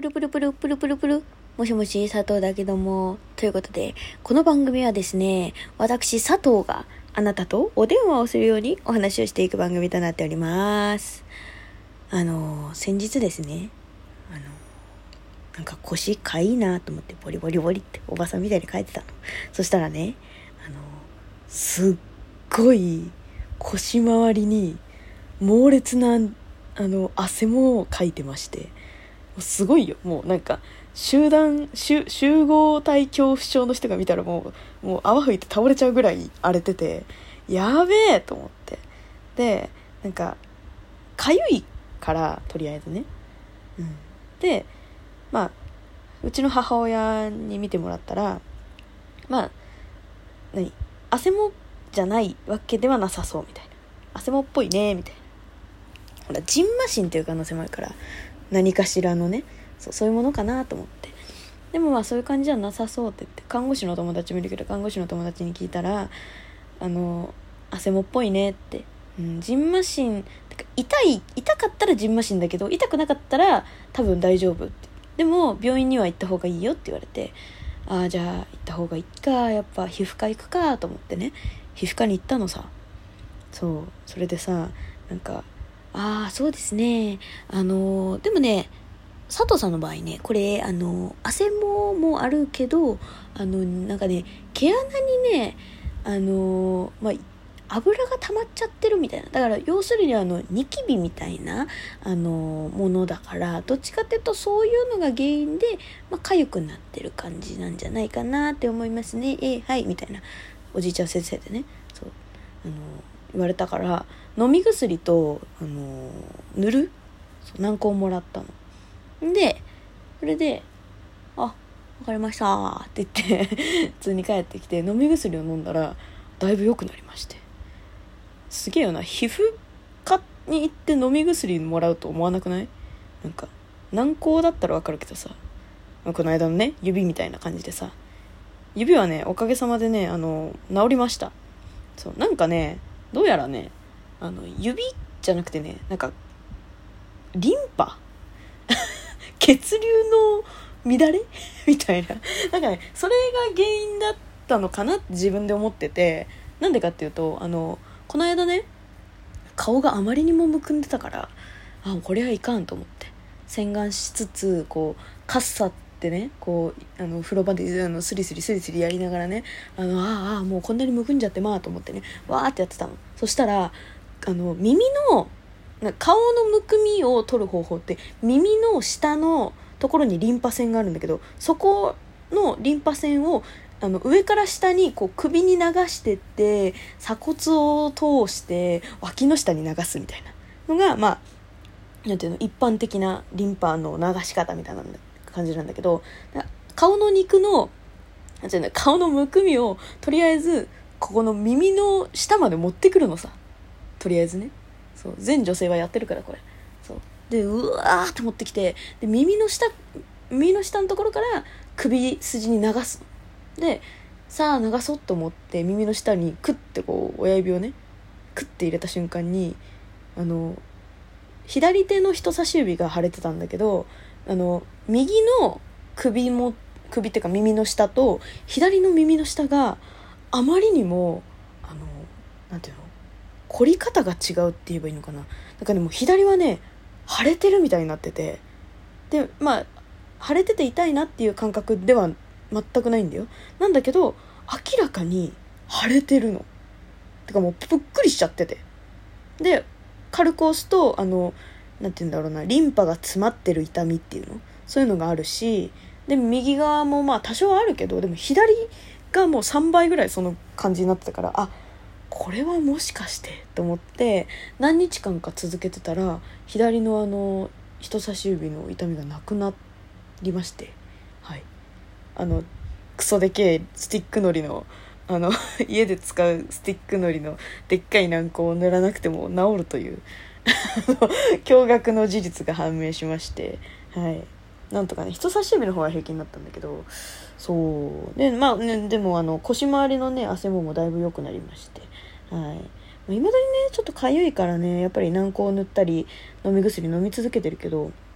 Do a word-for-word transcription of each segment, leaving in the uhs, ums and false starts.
ルプルプルプルプルプル。もしもし、佐藤だけども。ということで、この番組はですね、私佐藤があなたとお電話をするようにお話をしていく番組となっております。あの、先日ですね、あの、なんか腰かいいなと思ってボリボリボリっておばさんみたいに書いてたの。そしたらね、あの、すっごい腰周りに猛烈なあの汗もかいてまして、すごいよ。もうなんか集団集集合体恐怖症の人が見たらもうもう泡吹いて倒れちゃうぐらい荒れてて、やべえと思って、でなんかかゆいからとりあえずね、うん、でまあうちの母親に見てもらったら、まあ何汗もじゃないわけではなさそうみたいな、汗もっぽいねみたいな、ほらジンマシンっていう可能性もあるから、何かしらのね、そう、そういうものかなと思って。でもまあそういう感じじゃなさそうって言って、看護師の友達もいるけど、看護師の友達に聞いたら、あの汗もっぽいねって、うん、ジンマシンてか痛い痛かったらジンマシンだけど、痛くなかったら多分大丈夫って、でも病院には行った方がいいよって言われて、ああじゃあ行った方がいいか、やっぱ皮膚科行くかと思ってね、皮膚科に行ったのさ。そう、それでさ、なんかああそうですね、あのでもね、佐藤さんの場合ね、これあの汗ももあるけど、あのなんかね、毛穴にね、あのまあ油が溜まっちゃってるみたいな、だから要するにあのニキビみたいなあのものだから、どっちかっていうとそういうのが原因で、まあ、痒くなってる感じなんじゃないかなって思いますね。えー、はいみたいな、おじいちゃん先生でね、そうあの言われたから、飲み薬とあの塗る軟膏をもらったので、それであ、わかりましたって言って普通に帰ってきて、飲み薬を飲んだらだいぶ良くなりまして、すげえよな、皮膚科に行って飲み薬もらうと思わなくない？なんか軟膏だったらわかるけどさ、この間のね指みたいな感じでさ、指はねおかげさまでね、あの治りました。そう、なんかね、どうやらね、あの指じゃなくてね、なんかリンパ血流の乱れみたいな、なんかね、それが原因だったのかなって自分で思ってて、なんでかっていうと、あのこの間ね、顔があまりにもむくんでたから、あ、これはいかんと思って洗顔しつつ、こうカッサってね、こうあの風呂場であのスリスリスリスリやりながらね、あのああもうこんなにむくんじゃってまあと思ってね、わーってやってたの。そしたらあの耳の顔のむくみを取る方法って、耳の下のところにリンパ腺があるんだけど、そこのリンパ腺をあの上から下にこう首に流してって、鎖骨を通して脇の下に流すみたいなのが、まあなんていうの、一般的なリンパの流し方みたいな感じなんだけど、顔の肉のなんていうの、顔のむくみをとりあえずここの耳の下まで持ってくるのさ、とりあえずね。そう、全女性はやってるからこれ。そうで、うわーって持ってきて、で耳の下耳の下のところから首筋に流すので、さあ流そうと思って耳の下にクッてこう親指をねクッて入れた瞬間に、あの左手の人差し指が腫れてたんだけど、あの右の首も首っていうか耳の下と左の耳の下があまりにもあのなんていうの、凝り方が違うって言えばいいのかな。だからね、もう左はね腫れてるみたいになってて、でまあ腫れてて痛いなっていう感覚では全くないんだよ。なんだけど明らかに腫れてるの。てかもうぷっくりしちゃってて、で軽く押すとあのなんて言うんだろうな、リンパが詰まってる痛みっていうの、そういうのがあるし、で右側もまあ多少あるけど、でも左がもうさんばいぐらいその感じになってたから、あ、これはもしかしてと思って何日間か続けてたら、左のあの人差し指の痛みがなくなりまして、はい、あのクソでけえスティックのりのあの家で使うスティックのりのでっかい軟膏を塗らなくても治るという驚愕の事実が判明しまして、はい、なんとかね人差し指の方は平気になったんだけど、そうでまあね、でもあの腰回りのね汗ももだいぶ良くなりまして、はい、未だにねちょっとかゆいからね、やっぱり軟膏を塗ったり飲み薬飲み続けてるけど、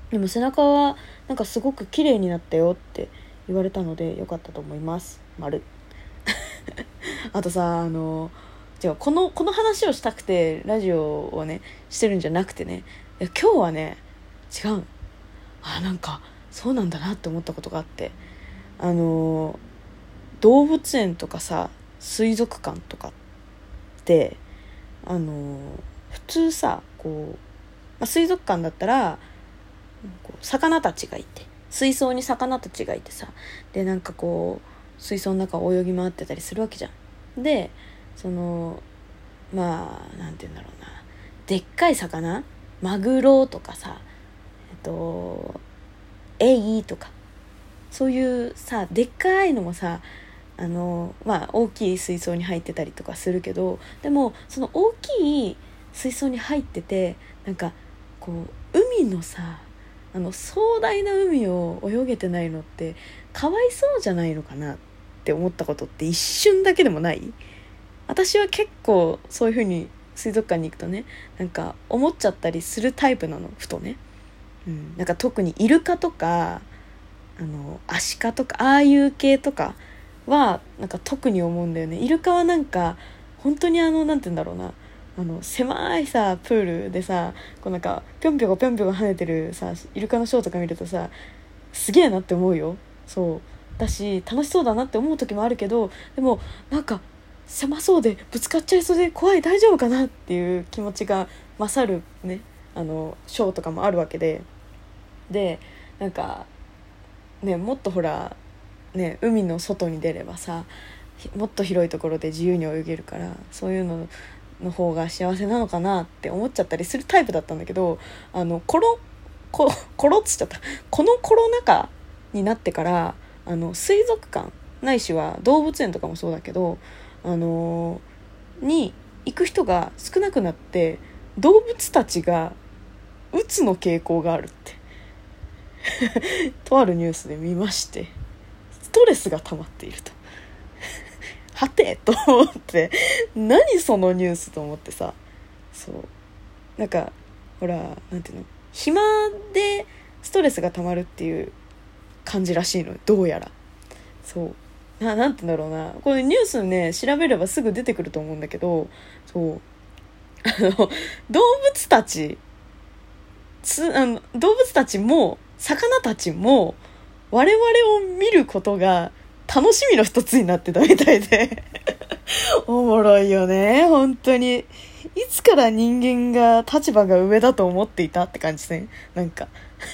でも背中はなんかすごく綺麗になったよって言われたのでよかったと思います。丸あとさ、あの違うこのこの話をしたくてラジオをねしてるんじゃなくてね、いや今日はね違う、あなんかそうなんだなって思ったことがあって、あの動物園とかさ水族館とかってあの普通さこう、まあ、水族館だったらこう魚たちがいて、水槽に魚たちがいてさ、でなんかこう水槽の中を泳ぎ回ってたりするわけじゃん。でそのまあなんて言うんだろうな、でっかい魚、マグロとかさ、えっとエイとかそういうさでっかいのもさ、あのまあ大きい水槽に入ってたりとかするけど、でもその大きい水槽に入っててなんかこう海のさ、あの壮大な海を泳げてないのってかわいそうじゃないのかなって思ったことって一瞬だけでもない？私は結構そういう風に水族館に行くとね、なんか思っちゃったりするタイプなの、ふとね、うん、なんか特にイルカとかあのアシカとかああいう系とかはなんか特に思うんだよね。イルカはなんか本当にあのなんて言うんだろうな、あの狭いさプールでさ、こうなんかぴょんぴょこぴょんぴょこ跳ねてるさイルカのショーとか見るとさ、すげえなって思うよ。そうだし楽しそうだなって思う時もあるけど、でもなんか狭そうでぶつかっちゃいそうで怖い、大丈夫かなっていう気持ちが勝るね、あのショーとかもあるわけで、でなんかね、もっとほらね、海の外に出ればさもっと広いところで自由に泳げるから、そういうのの方が幸せなのかなって思っちゃったりするタイプだったんだけど、あのコロココロっつっちゃったこのコロナ禍になってからあの水族館ないしは動物園とかもそうだけど、あのー、に行く人が少なくなって動物たちがうつの傾向があるってとあるニュースで見まして、ストレスが溜まっているとはてと思って、何そのニュースと思ってさ、そうなんかほらなんていうの、暇でストレスが溜まるっていう感じらしいの、どうやら。そうな、なんて言うんだろうな、これニュースね調べればすぐ出てくると思うんだけど、そうあの動物たちつあの動物たちも魚たちも我々を見ることが楽しみの一つになってたみたいでおもろいよね本当に。いつから人間が立場が上だと思っていたって感じね、なんか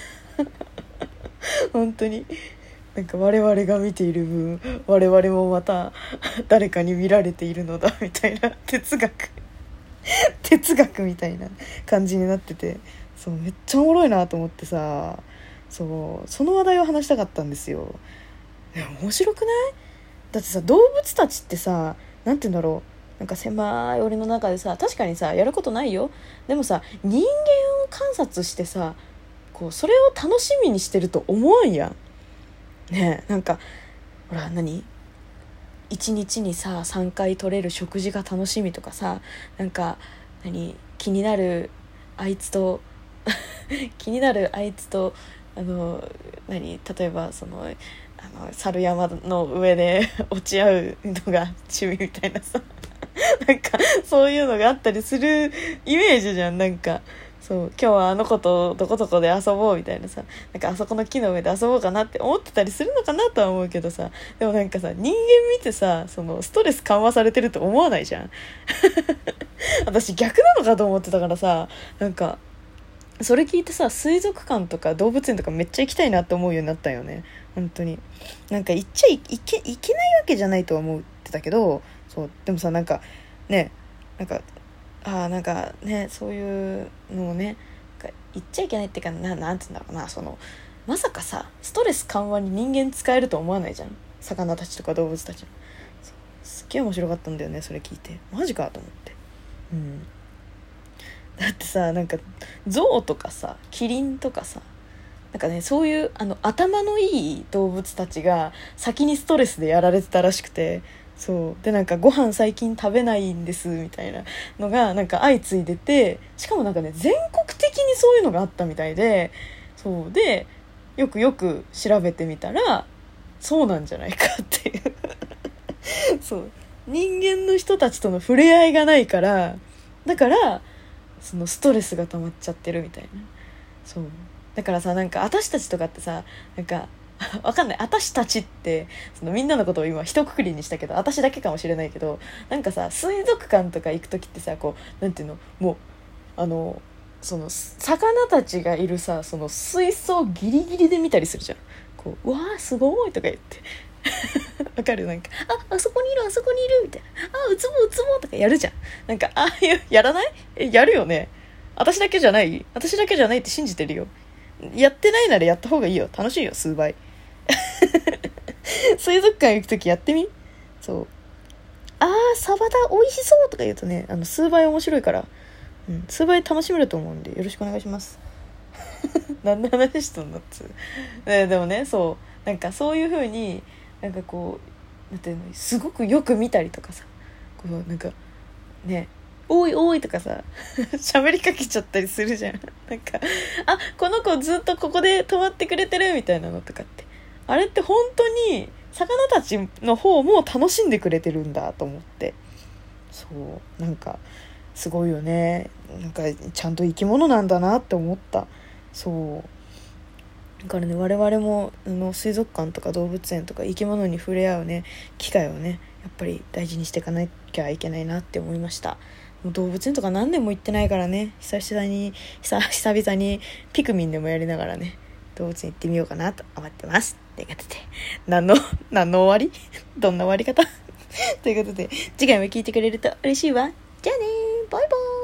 本当になんか我々が見ている分我々もまた誰かに見られているのだみたいな哲学哲学みたいな感じになってて、そうめっちゃおもろいなと思ってさ、そうその話題を話したかったんですよ。でも面白くない？だってさ動物たちってさ、なんて言うんだろう、なんか狭い檻の中でさ、確かにさやることないよ。でもさ人間を観察してさ、こうそれを楽しみにしてると思わんやんねえ。なんかほら何一日にささんかい取れる食事が楽しみとかさ、なんか何気になるあいつと気になるあいつとあの何例えばそのあの猿山の上で落ち合うのが趣味みたいなさなんかそういうのがあったりするイメージじゃん。なんかそう今日はあの子とどこどこで遊ぼうみたいなさ、なんかあそこの木の上で遊ぼうかなって思ってたりするのかなとは思うけどさ、でもなんかさ人間見てさそのストレス緩和されてると思わないじゃん私逆なのかと思ってたからさ、なんかそれ聞いてさ水族館とか動物園とかめっちゃ行きたいなって思うようになったよね。本当になんか行っちゃいけいけないわけじゃないとは思ってたけど、そうでもさなんかねなんかあなんかねそういうのをね言っちゃいけないっていうかな、なんて言うんだろうな、そのまさかさストレス緩和に人間使えると思わないじゃん、魚たちとか動物たち。すっげえ面白かったんだよねそれ聞いて、マジかと思って。うんだってさなんか象とかさキリンとかさ、なんかねそういうあの頭のいい動物たちが先にストレスでやられてたらしくて、そうでなんかご飯最近食べないんですみたいなのがなんか相次いでて、しかもなんかね全国的にそういうのがあったみたいで、 そうでよくよく調べてみたらそうなんじゃないかっていうそう人間の人たちとの触れ合いがないからだからそのストレスが溜まっちゃってるみたいな。そうだからさなんか私たちとかってさなんかわかんない私たちってそのみんなのことを今一括りにしたけど私だけかもしれないけどなんかさ水族館とか行く時ってさこうなんていうのもうあのその魚たちがいるさその水槽ギリギリで見たりするじゃん。こううわーすごいとか言ってわかるなんかああそこにいるあそこにいるみたいなあうつぼうつぼとかやるじゃん。なんかあややらないえやるよね。私だけじゃない私だけじゃないって信じてるよ。やってないならやった方がいいよ。楽しいよ数倍水族館行くときやってみ。そうあーサバだ美味しそうとか言うとねあの数倍面白いから、うん、数倍楽しめると思うんでよろしくお願いします何の話しとんのっつう、えー、でもねそうなんかそういう風になんかこうなんていうのすごくよく見たりとかさこうなんかねおいおいとかさ喋りかけちゃったりするじゃん。なんかあこの子ずっとここで止まってくれてるみたいなのとかってあれって本当に魚たちの方も楽しんでくれてるんだと思ってそうなんかすごいよね。なんかちゃんと生き物なんだなって思った。そうだからね我々もあの水族館とか動物園とか生き物に触れ合うね機会をねやっぱり大事にしていかなきゃいけないなって思いました。もう動物園とか何年も行ってないからね久々に久々にピクミンでもやりながらね動物園行ってみようかなと思ってますということで何の何の終わりどんな終わり方ということで次回も聞いてくれると嬉しいわ。じゃあねバイバーイ。